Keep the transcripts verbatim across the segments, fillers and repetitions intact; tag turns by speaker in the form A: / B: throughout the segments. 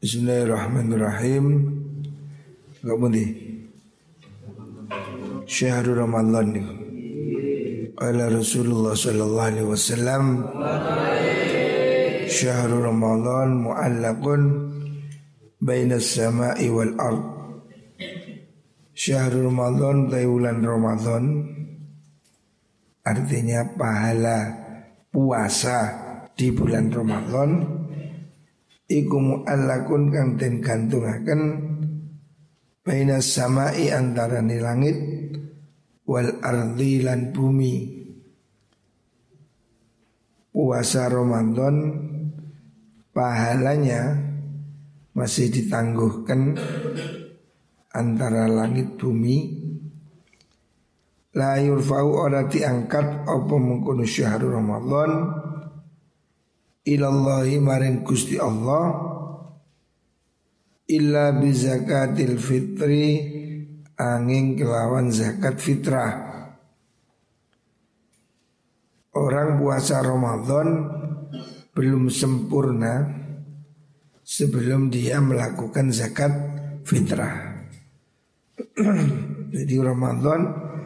A: Bismillahirrahmanirrahim. Kemudian Syahrul Ramadan ni ala Rasulullah sallallahu alaihi wasallam. Syahrul Ramadan mu'allaqun baina as-sama'i wal ard. Syahrul Ramadan bulan Ramadan artinya pahala puasa di bulan Ramadan iku mu'allakun kang den gantungaken baina samai antara ni langit wal ardi lan bumi. Puasa Ramadan pahalanya masih ditangguhkan antara langit bumi. La yurfa'u ora diangkat apa mengkono syahrul Ramadan ilallahi maring Gusti Allah illa bi zakatil fitri angin kelawan zakat fitrah. Orang puasa Ramadan belum sempurna sebelum dia melakukan zakat fitrah. Jadi Ramadan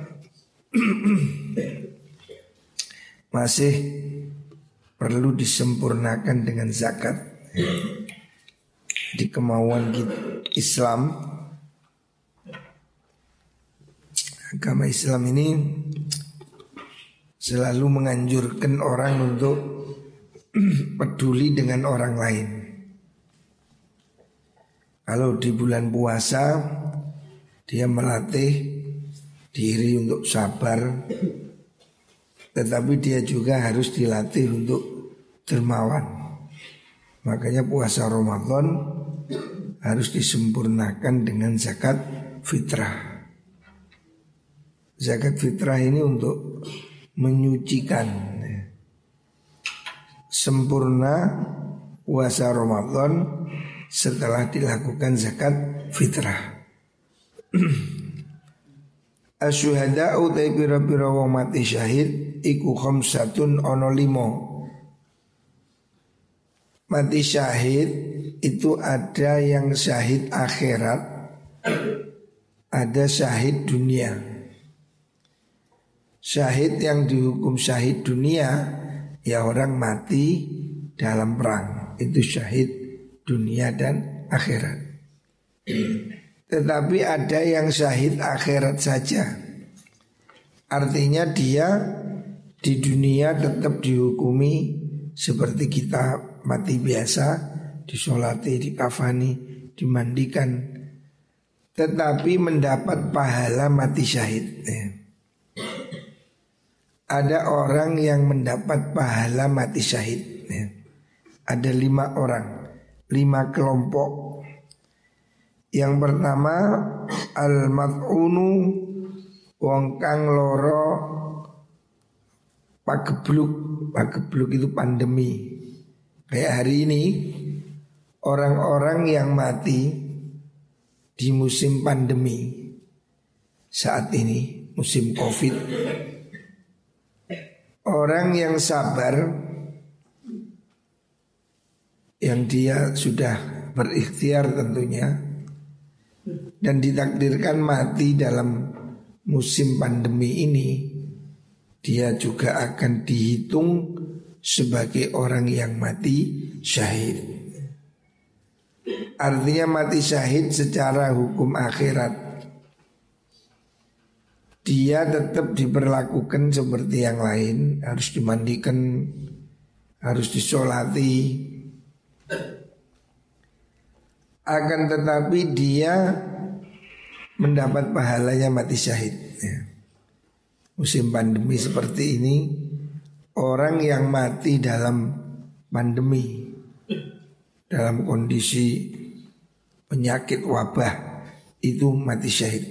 A: masih perlu disempurnakan dengan zakat. Di kemauan Islam, agama Islam ini selalu menganjurkan orang untuk peduli dengan orang lain. Kalau di bulan puasa dia melatih diri untuk sabar, tetapi dia juga harus dilatih untuk dermawan. Makanya puasa Ramadan harus disempurnakan dengan zakat fitrah. Zakat fitrah ini untuk menyucikan. Sempurna puasa Ramadan setelah dilakukan zakat fitrah. Asyuhada utai pira-pira wong mati syahid iku khamsatun ono limo. Mati syahid itu ada yang syahid akhirat, ada syahid dunia. Syahid yang dihukum syahid dunia ya orang mati dalam perang, itu syahid dunia dan akhirat. Tetapi ada yang syahid akhirat saja, artinya dia di dunia tetap dihukumi seperti kita mati biasa, disolati, dikafani, dimandikan, tetapi mendapat pahala mati syahid. Ada orang yang mendapat pahala mati syahid. Ada lima orang, lima kelompok. Yang pertama al-mat'unu wong kang loro pagebluk. Pagebluk itu pandemi. Kayak hari ini orang-orang yang mati di musim pandemi saat ini, musim Covid. Orang yang sabar, yang dia sudah berikhtiar tentunya dan ditakdirkan mati dalam musim pandemi ini, dia juga akan dihitung sebagai orang yang mati syahid. Artinya mati syahid secara hukum akhirat dia tetap diperlakukan seperti yang lain, harus dimandikan, harus disolati. Akan tetapi dia mendapat pahalanya mati syahid. Musim pandemi seperti ini, orang yang mati dalam pandemi, dalam kondisi penyakit wabah, itu mati syahid.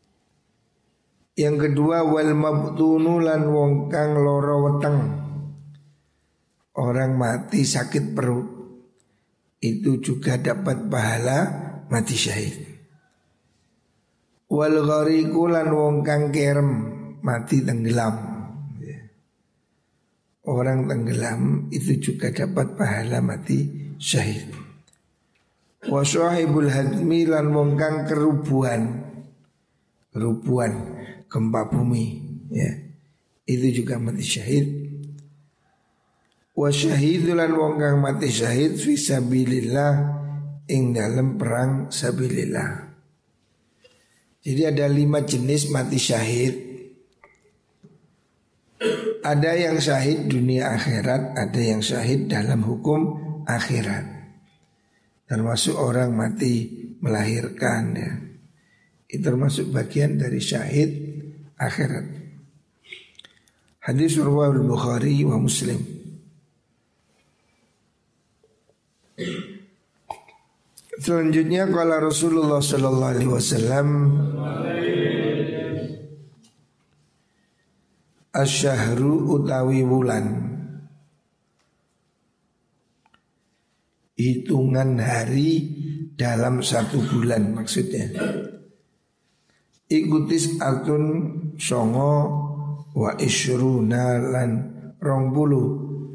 A: Yang kedua wal mabtunu lan wong kang loro weteng. Orang mati sakit perut itu juga dapat pahala mati syahid. Wal ghariqu lan wong kang kerem, mati tenggelam. Orang tenggelam itu juga dapat pahala mati syahid. Wa syahibul hadmi lan wong kang kerubuhan. Kerubuhan gempa bumi ya. Itu juga mati syahid. Wa syahidulan wong kang mati syahid fisabilillah ing dalam perang sabilillah. Jadi ada lima jenis mati syahid. Ada yang syahid dunia akhirat, ada yang syahid dalam hukum akhirat. Termasuk orang mati melahirkan ya. Itu termasuk bagian dari syahid akhirat. Hadis riwayat Bukhari wa Muslim. Selanjutnya qala Rasulullah sallallahu alaihi wasallam asyhru utawi wulan, hitungan hari dalam satu bulan maksudnya. Ikutis atun songo wa isyruna lan rong puluh.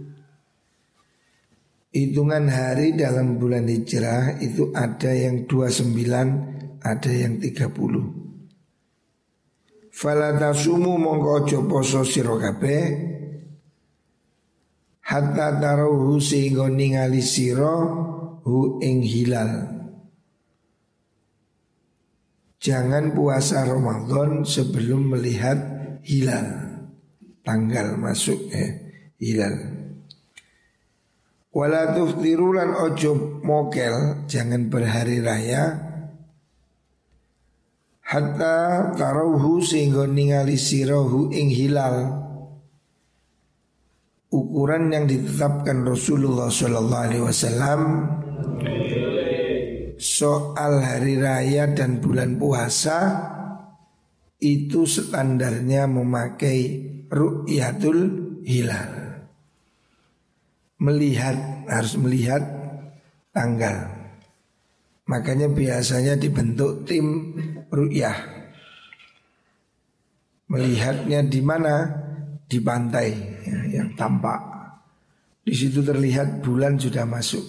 A: Hitungan hari dalam bulan hijrah itu ada yang dua puluh sembilan, ada yang tiga puluh. Fala tasumu mongko aja poso sira kabeh hatta taruhu sehingga ningali sira hu ing hilal. Jangan puasa Ramadan sebelum melihat hilal, tanggal masuk eh, hilal. Wala tuftirulan ojo mokel, jangan berhari raya hatta tarauhu sehingga ningali sirahu ing hilal. Ukuran yang ditetapkan Rasulullah sallallahu alaihi wasallam soal hari raya dan bulan puasa itu standarnya memakai ru'yatul hilal. Melihat, harus melihat tanggal. Makanya biasanya dibentuk tim ru'yah. Melihatnya di mana? Di pantai ya, yang tampak. Di situ terlihat bulan sudah masuk.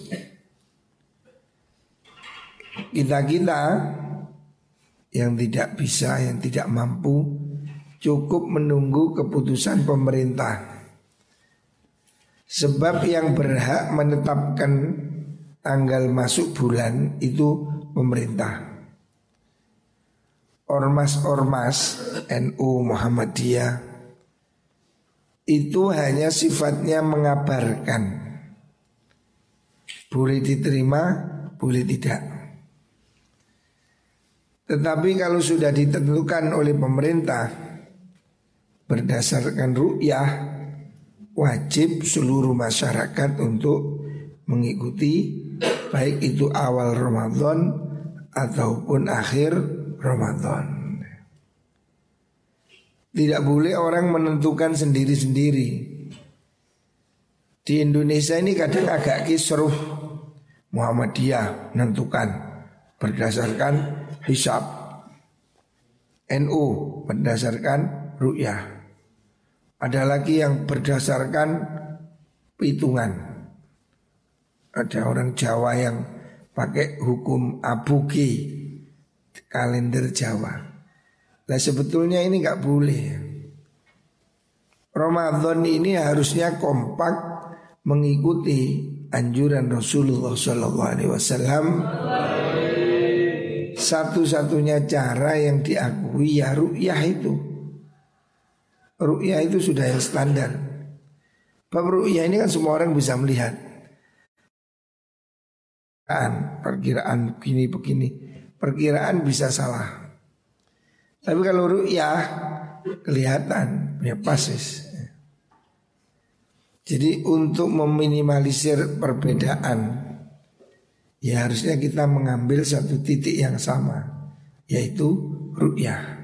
A: Kita-kita yang tidak bisa, yang tidak mampu, cukup menunggu keputusan pemerintah. Sebab yang berhak menetapkan tanggal masuk bulan itu pemerintah. Ormas-ormas N U Muhammadiyah itu hanya sifatnya mengabarkan. Boleh diterima, boleh tidak. Tetapi kalau sudah ditentukan oleh pemerintah berdasarkan ru'yah, wajib seluruh masyarakat untuk mengikuti, baik itu awal Ramadan ataupun akhir Ramadan. Tidak boleh orang menentukan sendiri-sendiri. Di Indonesia ini kadang agak kisruh. Muhammadiyah menentukan berdasarkan hisab, N U berdasarkan ru'yah. Ada lagi yang berdasarkan hitungan. Ada orang Jawa yang pakai hukum abuki, kalender Jawa. Nah sebetulnya ini nggak boleh. Ramadan ini harusnya kompak mengikuti anjuran Rasulullah Sallallahu Alaihi Wasallam. Satu-satunya cara yang diakui ya ru'yah itu. Ru'yah itu sudah yang standar. Bab ru'yah ini kan semua orang bisa melihat. Perkiraan begini-begini, perkiraan bisa salah. Tapi kalau ru'yah kelihatan, ya pasis. Jadi untuk meminimalisir perbedaan, ya harusnya kita mengambil satu titik yang sama, yaitu ru'yah.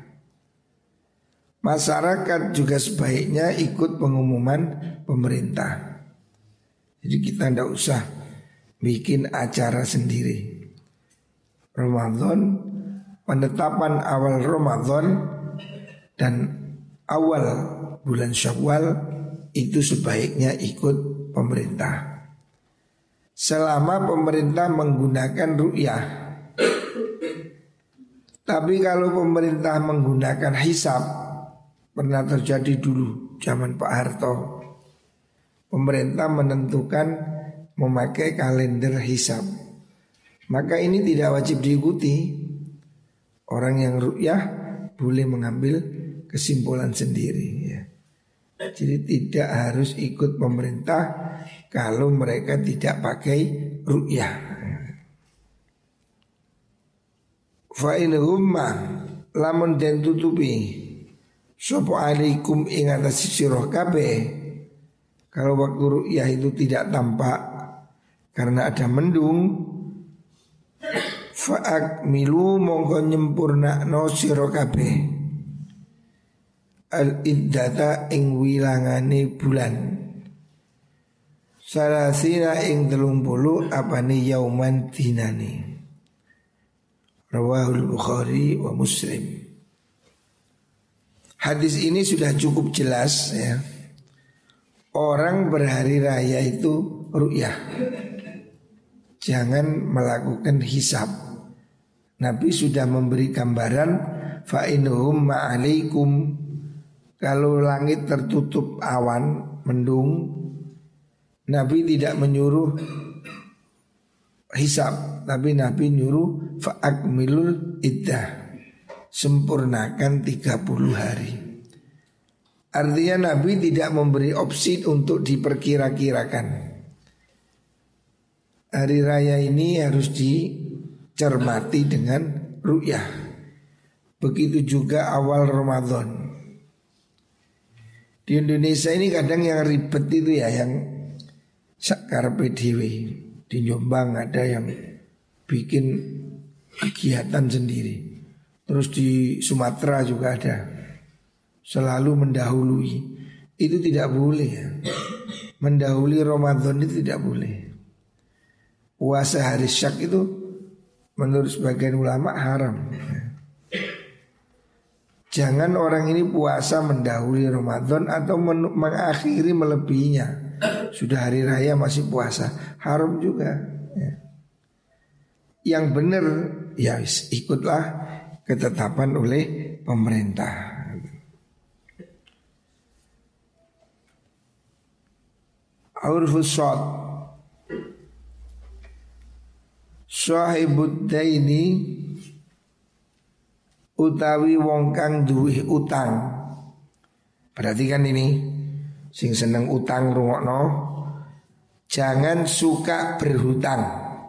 A: Masyarakat juga sebaiknya ikut pengumuman pemerintah. Jadi kita tidak usah bikin acara sendiri. Ramadan, penetapan awal Ramadan dan awal bulan Syawal itu sebaiknya ikut pemerintah. selama pemerintah menggunakan ru'yah. Tapi kalau pemerintah menggunakan hisab, pernah terjadi dulu zaman Pak Harto. Pemerintah menentukan memakai kalender hisab, maka ini tidak wajib diikuti. Orang yang ru'yah boleh mengambil kesimpulan sendiri ya. Jadi tidak harus ikut pemerintah kalau mereka tidak pakai ru'yah. Fa in humma lamun den tutupi sapa alaikum ing atas sira kabeh. Kalau waktu ru'yah itu tidak tampak karena ada mendung, fa'akmilu mongko nyempurnakno sira kabeh al iddata ing wilangane bulan salasina ing telung puluh apane yauman dinane. Rawahul Bukhari wa Muslim. Hadis ini sudah cukup jelas ya. Orang berhari raya itu ru'yah, jangan melakukan hisab. Nabi sudah memberi gambaran fa inhum ma'alaikum. Kalau langit tertutup awan mendung, Nabi tidak menyuruh hisab, tapi Nabi nyuruh fa'akmilul iddah, sempurnakan tiga puluh hari. Artinya Nabi tidak memberi opsi untuk diperkira-kirakan. Hari raya ini harus dicermati dengan ru'yah. Begitu juga awal Ramadan. Di Indonesia ini kadang yang ribet itu ya, yang sakarpe dhewe. Di Jombang ada yang bikin kegiatan sendiri. Terus di Sumatera juga ada. Selalu mendahului. Itu tidak boleh ya. Mendahului Ramadan itu tidak boleh. Puasa hari Syak itu menurut sebagian ulama haram. Jangan orang ini puasa mendahului Ramadan atau men- mengakhiri melebihinya. Sudah hari raya masih puasa, haram juga ya. Yang benar ya ikutlah ketetapan oleh pemerintah. Aurfus shad sahibud daini utawi wong kang duwe utang. Perhatikan ini, sing seneng utang rungokno, jangan suka berhutang,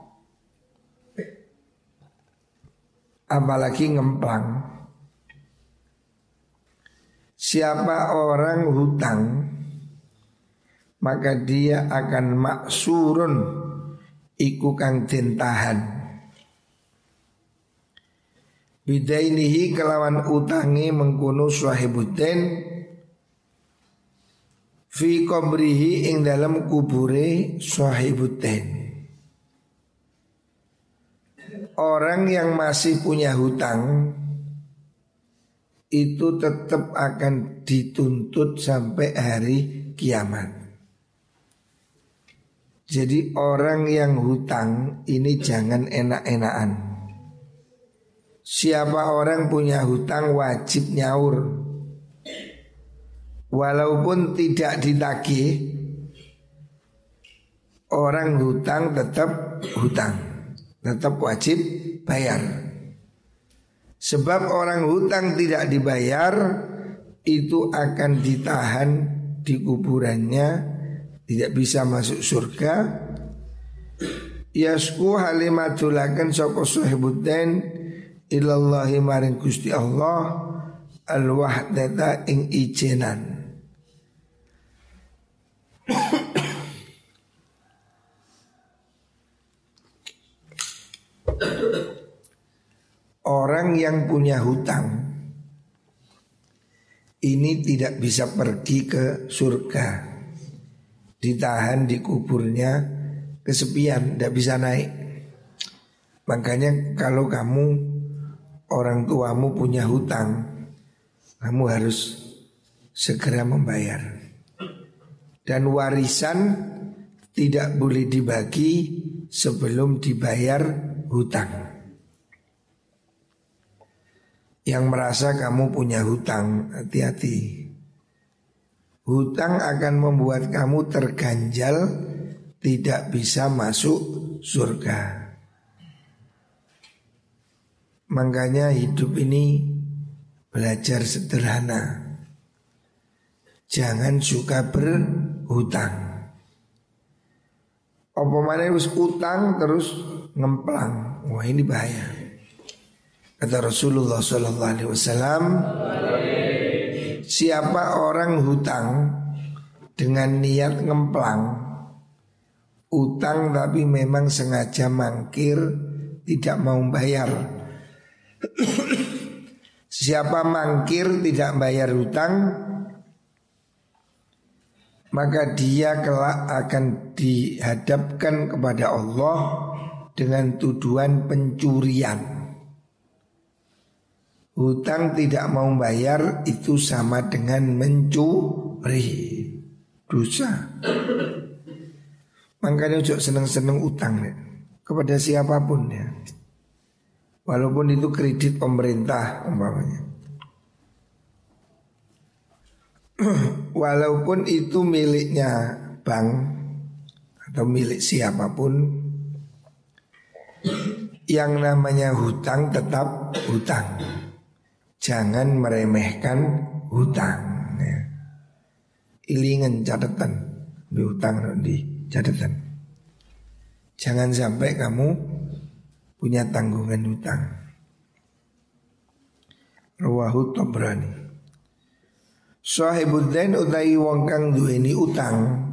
A: apalagi ngemplang. Siapa orang hutang, maka dia akan maksurun, iku kang den tahan. Bidainihi kelawan utangi mengkuno sahibuddin fi qabrihi ing dalam kubure sahibuddin. Orang yang masih punya hutang itu tetap akan dituntut sampai hari kiamat. Jadi orang yang hutang ini jangan enak-enakan. Siapa orang punya hutang wajib nyaur. Walaupun tidak ditagih, orang hutang tetap hutang, tetap wajib bayar. Sebab orang hutang tidak dibayar, itu akan ditahan di kuburannya, tidak bisa masuk surga. Yasku halimatulakan sapa sahibuddin ilallahi maring Gusti Allah al-wahdata ing ijenan. Orang yang punya hutang ini tidak bisa pergi ke surga, ditahan di kuburnya, kesepian, tidak bisa naik. Makanya kalau kamu orang tuamu punya hutang, kamu harus segera membayar. Dan warisan tidak boleh dibagi sebelum dibayar hutang. Yang merasa kamu punya hutang, hati-hati. Hutang akan membuat kamu terganjal, tidak bisa masuk surga. Makanya hidup ini belajar sederhana. Jangan suka berhutang. Apa mana wis utang terus ngemplang. Wah, ini bahaya. Kata Rasulullah sallallahu alaihi wasallam, siapa orang hutang dengan niat ngemplang, utang tapi memang sengaja mangkir, tidak mau bayar. Siapa mangkir tidak bayar hutang, maka dia kelak akan dihadapkan kepada Allah dengan tuduhan pencurian. Hutang tidak mau bayar itu sama dengan mencuri, dosa. Makanya ojo seneng-seneng utang ya, kepada siapapun ya. Walaupun itu kredit pemerintah umpamanya. Walaupun itu miliknya bank atau milik siapapun, yang namanya hutang tetap hutang. Jangan meremehkan hutang ya. Ilingan catatan di hutang di catatan. Jangan sampai kamu punya tanggungan hutang. Rawahu Tabrani. Sahibudzain utai wong kang duweni utang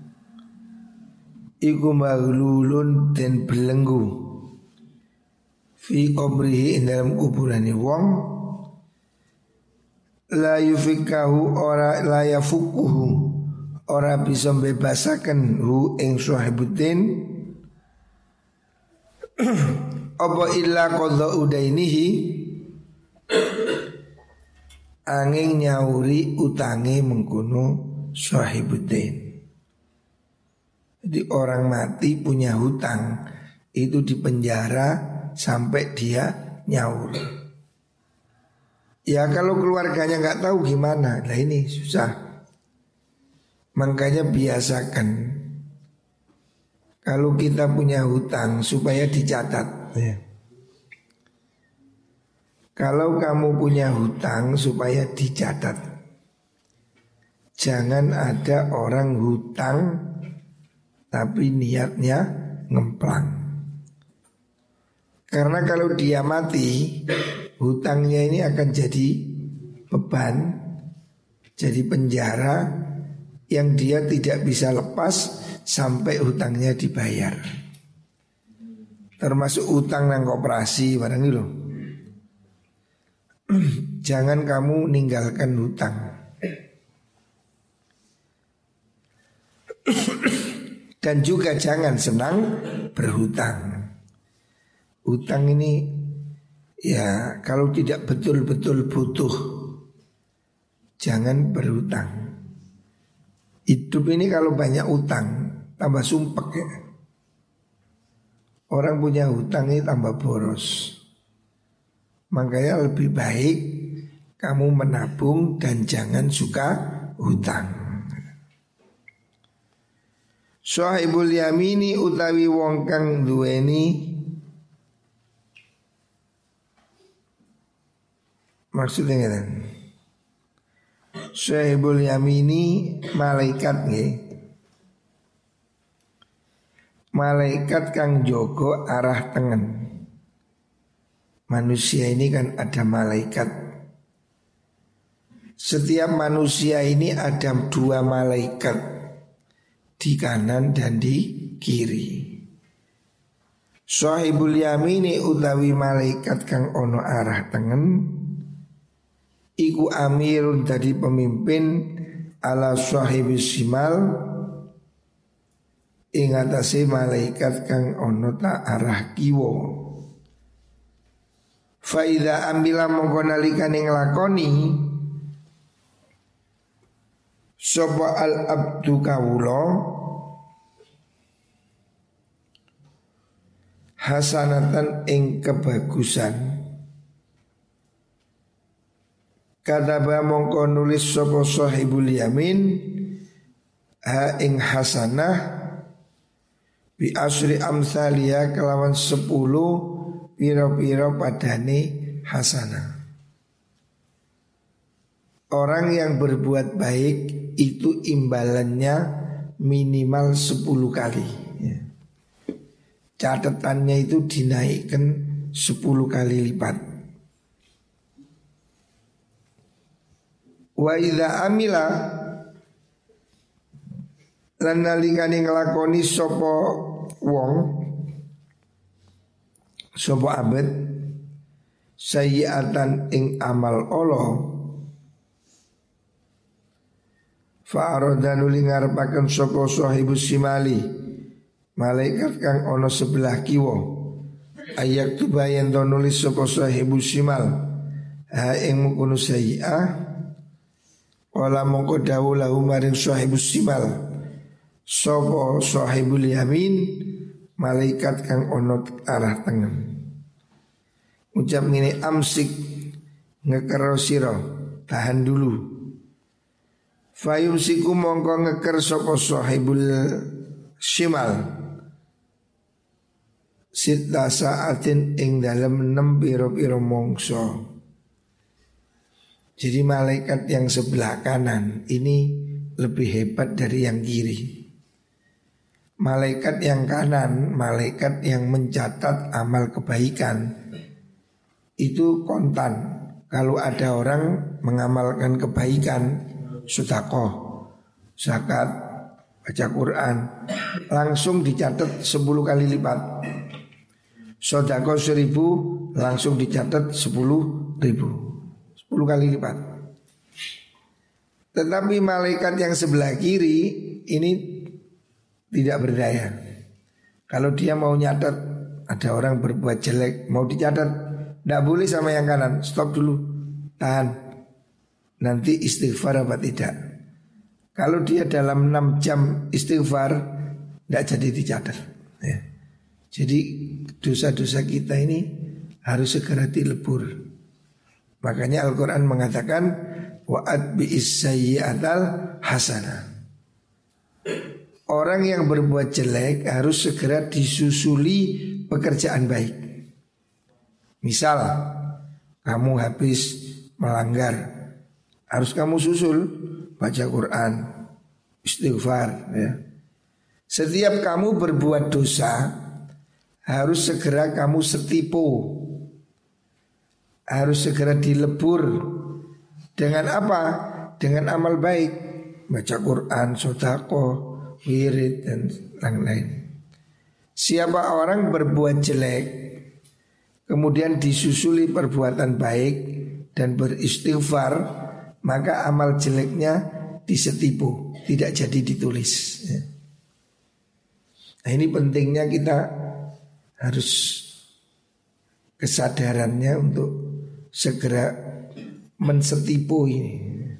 A: iku maghlulun den belenggu fi qabrihi ing dalam kuburane wong la yufikahu ora la yafukuhu ora bisa bebasaken hu ing sahibuddin apa illa qadha udainihi angin nyauri utangi mengkono sahibuddin. Jadi orang mati punya hutang itu dipenjara sampai dia nyaur. Ya kalau keluarganya nggak tahu gimana, lah ini susah. Makanya biasakan kalau kita punya hutang supaya dicatat ya. Kalau kamu punya hutang supaya dicatat. Jangan ada orang hutang tapi niatnya ngemplang. Karena kalau dia mati, hutangnya ini akan jadi beban, jadi penjara yang dia tidak bisa lepas sampai hutangnya dibayar. Termasuk hutang nang koperasi barang itu. Jangan kamu ninggalkan hutang. Dan juga jangan senang berhutang. Hutang ini ya kalau tidak betul-betul butuh, jangan berhutang. Hidup ini kalau banyak utang tambah sumpek ya. Orang punya hutang ini tambah boros. Makanya lebih baik kamu menabung dan jangan suka hutang. Sahibul yamini utawi wong kang duweni, maksudnya ngeten. Sahibul yamini malaikat nggih. Malaikat kang jogo arah tengen. Manusia ini kan ada malaikat. Setiap manusia ini ada dua malaikat, di kanan dan di kiri. Sahibul yamini utawi malaikat kang ono arah tengen iku amirun tadi pemimpin ala sahibis simal ing atase malaikat kang ono ta arah kiwa. Faida ambila mongko nalikane nglakoni sapa al abdu kawula hasanatan ing kebagusan. Kataba mongko nulis sapa sahibul yamin ha ing hasanah bi asri amsalia kelawan sepuluh piro-piro padane hasanah. Orang yang berbuat baik itu imbalannya minimal sepuluh kali ya. Catatannya itu dinaikkan sepuluh kali lipat. Wa idza amila lan nalikane nglakoni sapa wong sapa abet sayyi'atan ing amal Allah fa arada nuli ngarepaken sapa sahibus simali malaikat kang ana sebelah kiwa ayak tubayan to nulis sapa sahibus simal ha ing mungkono sayyi'ah wala mongko dawu lahu maring sahibus simal sapa sahibul yamin malaikat kang ono arah tengen ucap ngene amsik ngekero sira tahan dulu fayumsiku mongko ngeker sapa sahibul simal sita saatin ing dalem enam piro-piro mongso. Jadi malaikat yang sebelah kanan ini lebih hebat dari yang kiri. Malaikat yang kanan, malaikat yang mencatat amal kebaikan itu kontan. Kalau ada orang mengamalkan kebaikan, sedekah, zakat, baca Quran, langsung dicatat sepuluh kali lipat. Sedekah seribu langsung dicatat sepuluh ribu. sepuluh kali lipat. Tetapi malaikat yang sebelah kiri ini tidak berdaya. Kalau dia mau nyatat ada orang berbuat jelek mau dicatat, tidak boleh sama yang kanan. Stop dulu, tahan. Nanti istighfar apa tidak. Kalau dia dalam enam jam istighfar tidak jadi dicatat ya. Jadi dosa-dosa kita ini harus segera dilebur. Makanya Al-Quran mengatakan wa'ad bi'is sayyi'atal hasanah. Orang yang berbuat jelek harus segera disusuli pekerjaan baik. Misal kamu habis melanggar, harus kamu susul baca Quran, istighfar ya. Setiap kamu berbuat dosa harus segera kamu setipu, harus segera dilebur. Dengan apa? Dengan amal baik, baca Quran, sedekah, wirid dan lain-lain. Siapa orang berbuat jelek kemudian disusuli perbuatan baik dan beristighfar, maka amal jeleknya disetipu, tidak jadi ditulis ya. Nah ini pentingnya kita harus kesadarannya untuk segera mensetipu ini.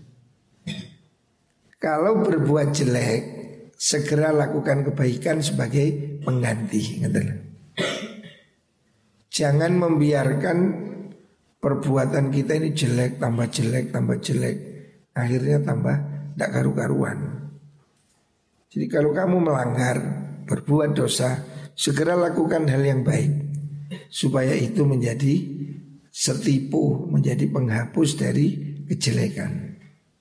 A: Kalau berbuat jelek, segera lakukan kebaikan sebagai pengganti. Jangan membiarkan perbuatan kita ini jelek, tambah jelek, tambah jelek, akhirnya tambah tidak karu-karuan. Jadi kalau kamu melanggar, berbuat dosa, segera lakukan hal yang baik, supaya itu menjadi setipu, menjadi penghapus dari kejelekan.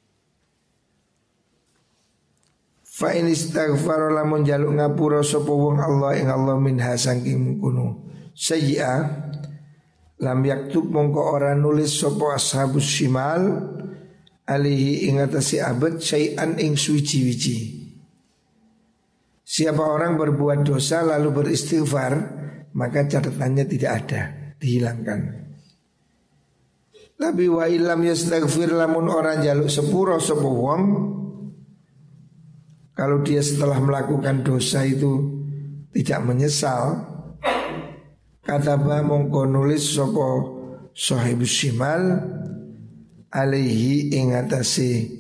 A: Fa in istaghfara lamun jaluk ngapura sapa wong Allah ing Allah minha saking mungkono sayyi'ah lam yaktub mongko ora nulis sapa ashabus shimal alihi ing atase abad syai'an ing suci-wici. Siapa orang berbuat dosa lalu beristighfar, maka catatannya tidak ada, dihilangkan. Tapi wa illam yastaghfir lamun orang jaluk sepuro sapa wong, kalau dia setelah melakukan dosa itu tidak menyesal, kataba mongko nulis sapa sahibus shimal alaihi ing atase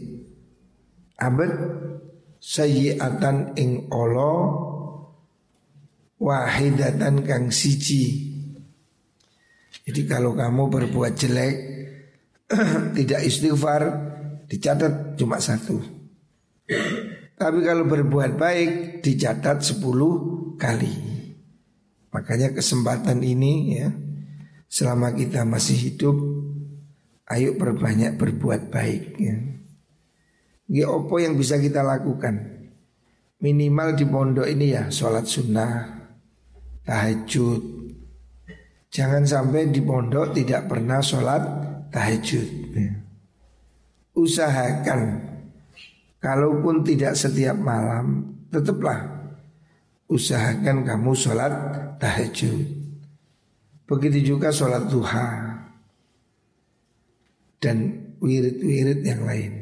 A: abad sayyi'atan ing Allah wahidatan kang siji. Jadi kalau kamu berbuat jelek tidak istighfar, dicatat cuma satu. Tapi kalau berbuat baik dicatat sepuluh kali. Makanya kesempatan ini ya, selama kita masih hidup, ayo perbanyak berbuat baik ya. Ya apa yang bisa kita lakukan? Minimal di pondok ini ya sholat sunnah, tahajud. Jangan sampai di pondok tidak pernah sholat tahajud ya. Usahakan, kalaupun tidak setiap malam, tetaplah usahakan kamu sholat tahajud. Begitu juga sholat duha dan wirid-wirid yang lain.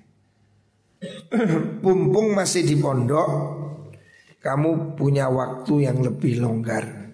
A: Mumpung masih di pondok, kamu punya waktu yang lebih longgar.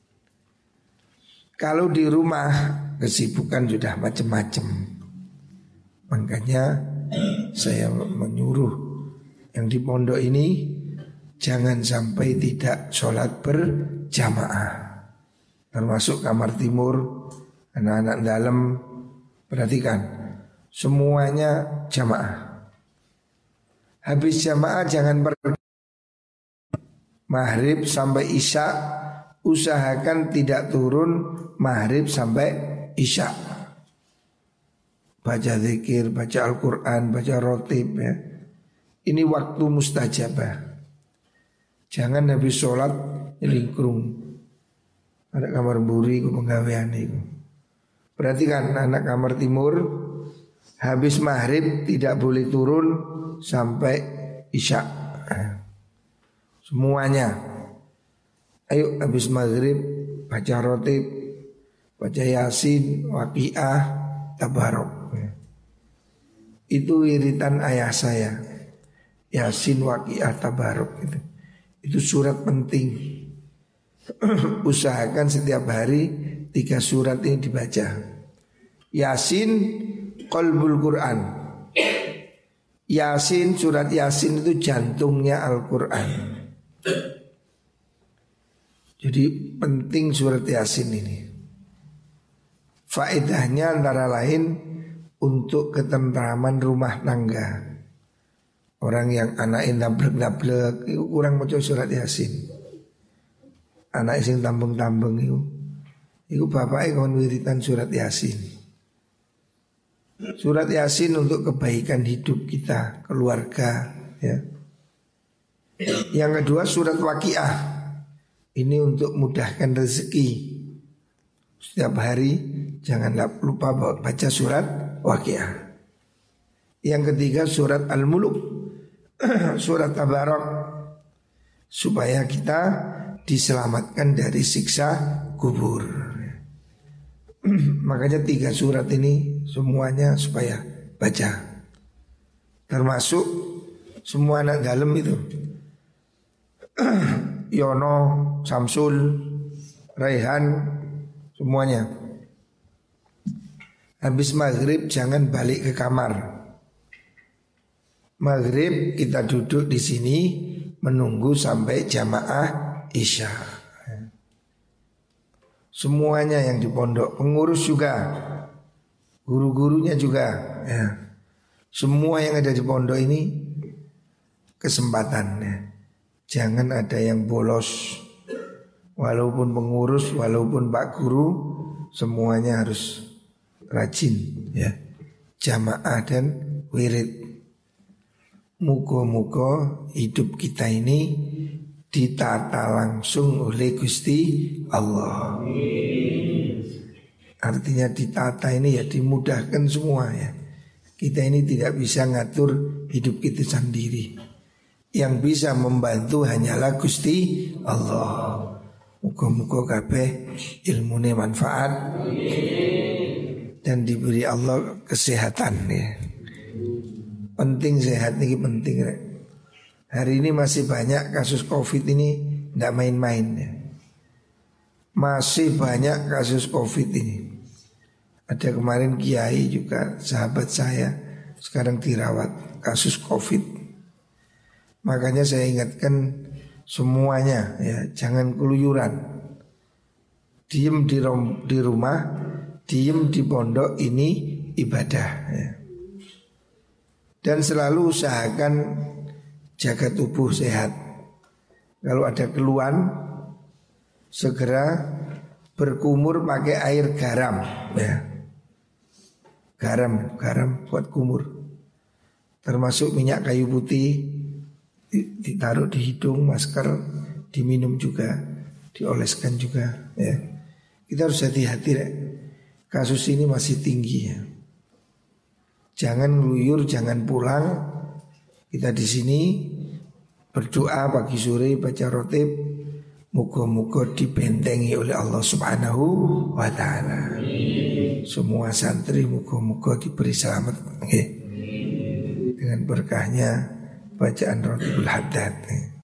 A: Kalau di rumah kesibukan sudah macam-macam. Makanya saya menyuruh yang di pondok ini jangan sampai tidak sholat berjamaah. Termasuk kamar timur, anak-anak dalam, perhatikan semuanya jamaah. Habis jamaah jangan pergi. Maghrib sampai isya, usahakan tidak turun maghrib sampai isya. Baca zikir, baca Al-Quran, baca rotib ya. Ini waktu mustajabah. Jangan habis sholat lingkrung. Ada kamar buri ku penggawean itu. Perhatikan anak kamar timur, habis maghrib tidak boleh turun sampai isya. Semuanya. Ayo habis maghrib baca rotib, baca yasin, waqiah, tabarok. Itu wiritan ayah saya. Yasin, waqiah, tabarok itu. Itu surat penting. Usahakan setiap hari tiga surat ini dibaca. Yasin, qalbul Quran. Yasin, surat Yasin itu jantungnya Al-Quran. Jadi penting surat Yasin ini. Faedahnya antara lain untuk ketentraman rumah tangga. Orang yang anaknya nablek-nablek itu kurang maca surat Yasin. Anak sing tambeng-tambeng itu, itu bapaknya kon wiritan surat Yasin. Surat Yasin untuk kebaikan hidup kita, keluarga ya. Yang kedua surat Waqiah. Ini untuk mudahkan rezeki. Setiap hari jangan lupa baca surat Waqiah. Yang ketiga surat Al-Muluk, surat Tabarak, supaya kita diselamatkan dari siksa kubur. Makanya tiga surat ini semuanya supaya baca. Termasuk semua anak dalam itu. Yono, Samsul, Raihan, semuanya. Habis maghrib jangan balik ke kamar. Maghrib kita duduk di sini menunggu sampai jamaah isya. Semuanya yang di pondok, pengurus juga, guru-gurunya juga ya. Semua yang ada di pondok ini kesempatannya. Jangan ada yang bolos. Walaupun pengurus, walaupun pak guru, semuanya harus rajin ya. Jamaah dan wirid. Muga-muga hidup kita ini ditata langsung oleh Gusti Allah. Artinya ditata ini ya dimudahkan semua ya. Kita ini tidak bisa ngatur hidup kita sendiri. Yang bisa membantu hanyalah Gusti Allah. Muga-muga kabeh ilmune manfaat dan diberi Allah kesehatan ya. Penting sehat ini penting. Hari ini masih banyak kasus Covid ini tidak main-main ya. Masih banyak kasus Covid ini. Ada kemarin kiai juga sahabat saya sekarang dirawat kasus Covid. Makanya saya ingatkan semuanya ya, jangan keluyuran. Diem di, rom, di rumah, diem di pondok, ini ibadah ya. Dan selalu usahakan jaga tubuh sehat. Kalau ada keluhan, segera berkumur pakai air garam ya. Garam, garam buat kumur. Termasuk minyak kayu putih, ditaruh di hidung, masker, diminum juga, dioleskan juga ya. Kita harus hati-hati ya. Kasus ini masih tinggi ya. Jangan ngeluyur, jangan pulang. Kita di sini berdoa pagi sore, baca rotib, muga-muga dibentengi oleh Allah Subhanahu wa taala. Semua santri muga-muga diberi selamat okay. Dengan berkahnya bacaan Rotibul Haddad.